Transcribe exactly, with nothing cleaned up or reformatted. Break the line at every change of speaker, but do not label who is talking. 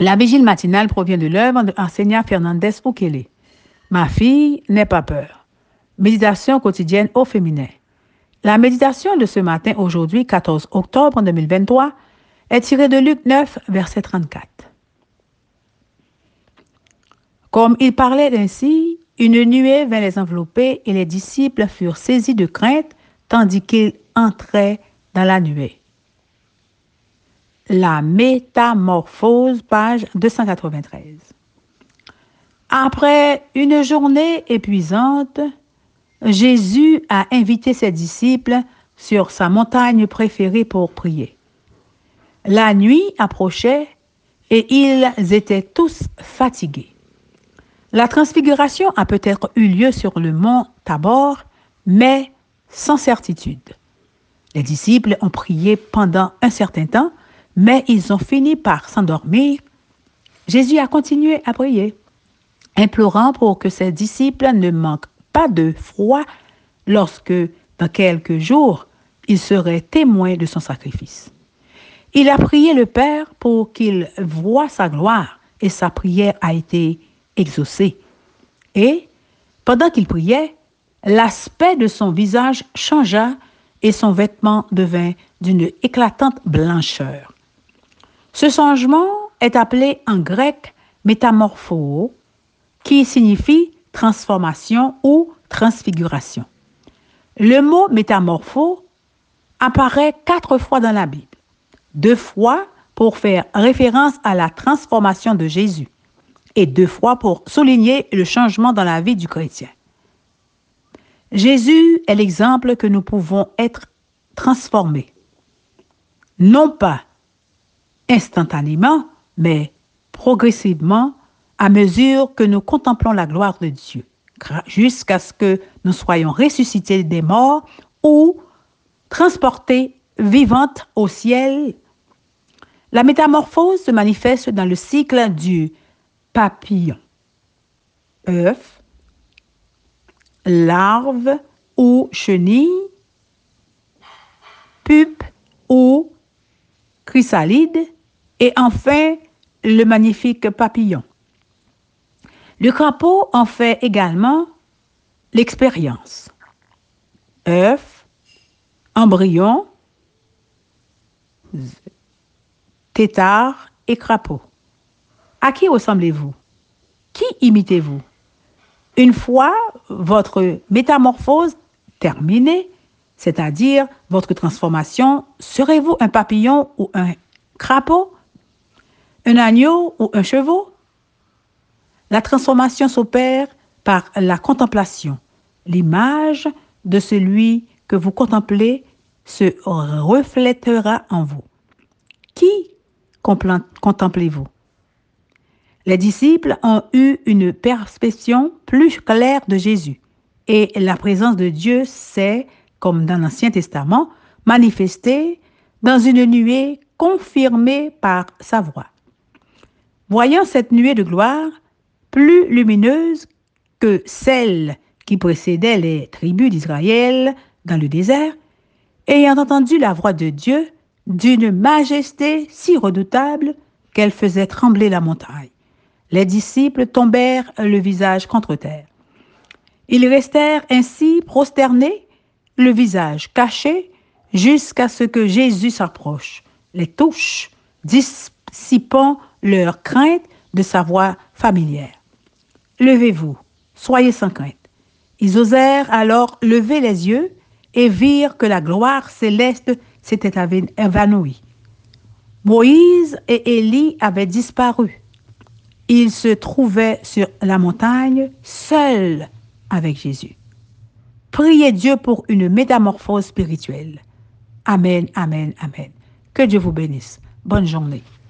La vigile matinale provient de l'œuvre de Arsenia Fernandez Ukele. Ma fille, n'aie pas peur. Méditation quotidienne au féminin. La méditation de ce matin, aujourd'hui, quatorze octobre deux mille vingt-trois, est tirée de Luc neuf, verset trente-quatre. Comme il parlait ainsi, une nuée vint les envelopper et les disciples furent saisis de crainte tandis qu'ils entraient dans la nuée. La métamorphose, page deux cent quatre-vingt-treize. Après une journée épuisante, Jésus a invité ses disciples sur sa montagne préférée pour prier. La nuit approchait et ils étaient tous fatigués. La transfiguration a peut-être eu lieu sur le mont Tabor, mais sans certitude. Les disciples ont prié pendant un certain temps, mais ils ont fini par s'endormir. Jésus a continué à prier, implorant pour que ses disciples ne manquent pas de foi lorsque, dans quelques jours, ils seraient témoins de son sacrifice. Il a prié le Père pour qu'il voie sa gloire et sa prière a été exaucée. Et, pendant qu'il priait, l'aspect de son visage changea et son vêtement devint d'une éclatante blancheur. Ce changement est appelé en grec métamorpho, qui signifie transformation ou transfiguration. Le mot métamorpho apparaît quatre fois dans la Bible, deux fois pour faire référence à la transformation de Jésus et deux fois pour souligner le changement dans la vie du chrétien. Jésus est l'exemple que nous pouvons être transformés, non pas instantanément, mais progressivement à mesure que nous contemplons la gloire de Dieu, jusqu'à ce que nous soyons ressuscités des morts ou transportés vivantes au ciel. La métamorphose se manifeste dans le cycle du papillon, œuf, larve ou chenille, pupe ou chrysalide et enfin le magnifique papillon. Le crapaud en fait également l'expérience. œuf, embryon, tétard et crapaud. À qui ressemblez-vous? Qui imitez-vous? Une fois votre métamorphose terminée, c'est-à-dire votre transformation, serez-vous un papillon ou un crapaud? Un agneau ou un chevau? La transformation s'opère par la contemplation. L'image de celui que vous contemplez se reflètera en vous. Qui contemplez-vous? Les disciples ont eu une perception plus claire de Jésus et la présence de Dieu s'est, comme dans l'Ancien Testament, manifestée dans une nuée confirmée par sa voix. Voyant cette nuée de gloire, plus lumineuse que celle qui précédait les tribus d'Israël dans le désert, ayant entendu la voix de Dieu d'une majesté si redoutable qu'elle faisait trembler la montagne, les disciples tombèrent le visage contre terre. Ils restèrent ainsi prosternés, le visage caché, jusqu'à ce que Jésus s'approche, les touche, dissipant leur crainte de sa voix familière. Levez-vous, soyez sans crainte. Ils osèrent alors lever les yeux et virent que la gloire céleste s'était évanouie. Moïse et Élie avaient disparu. Ils se trouvaient sur la montagne, seuls avec Jésus. Priez Dieu pour une métamorphose spirituelle. Amen, amen, amen. Que Dieu vous bénisse. Bonne journée.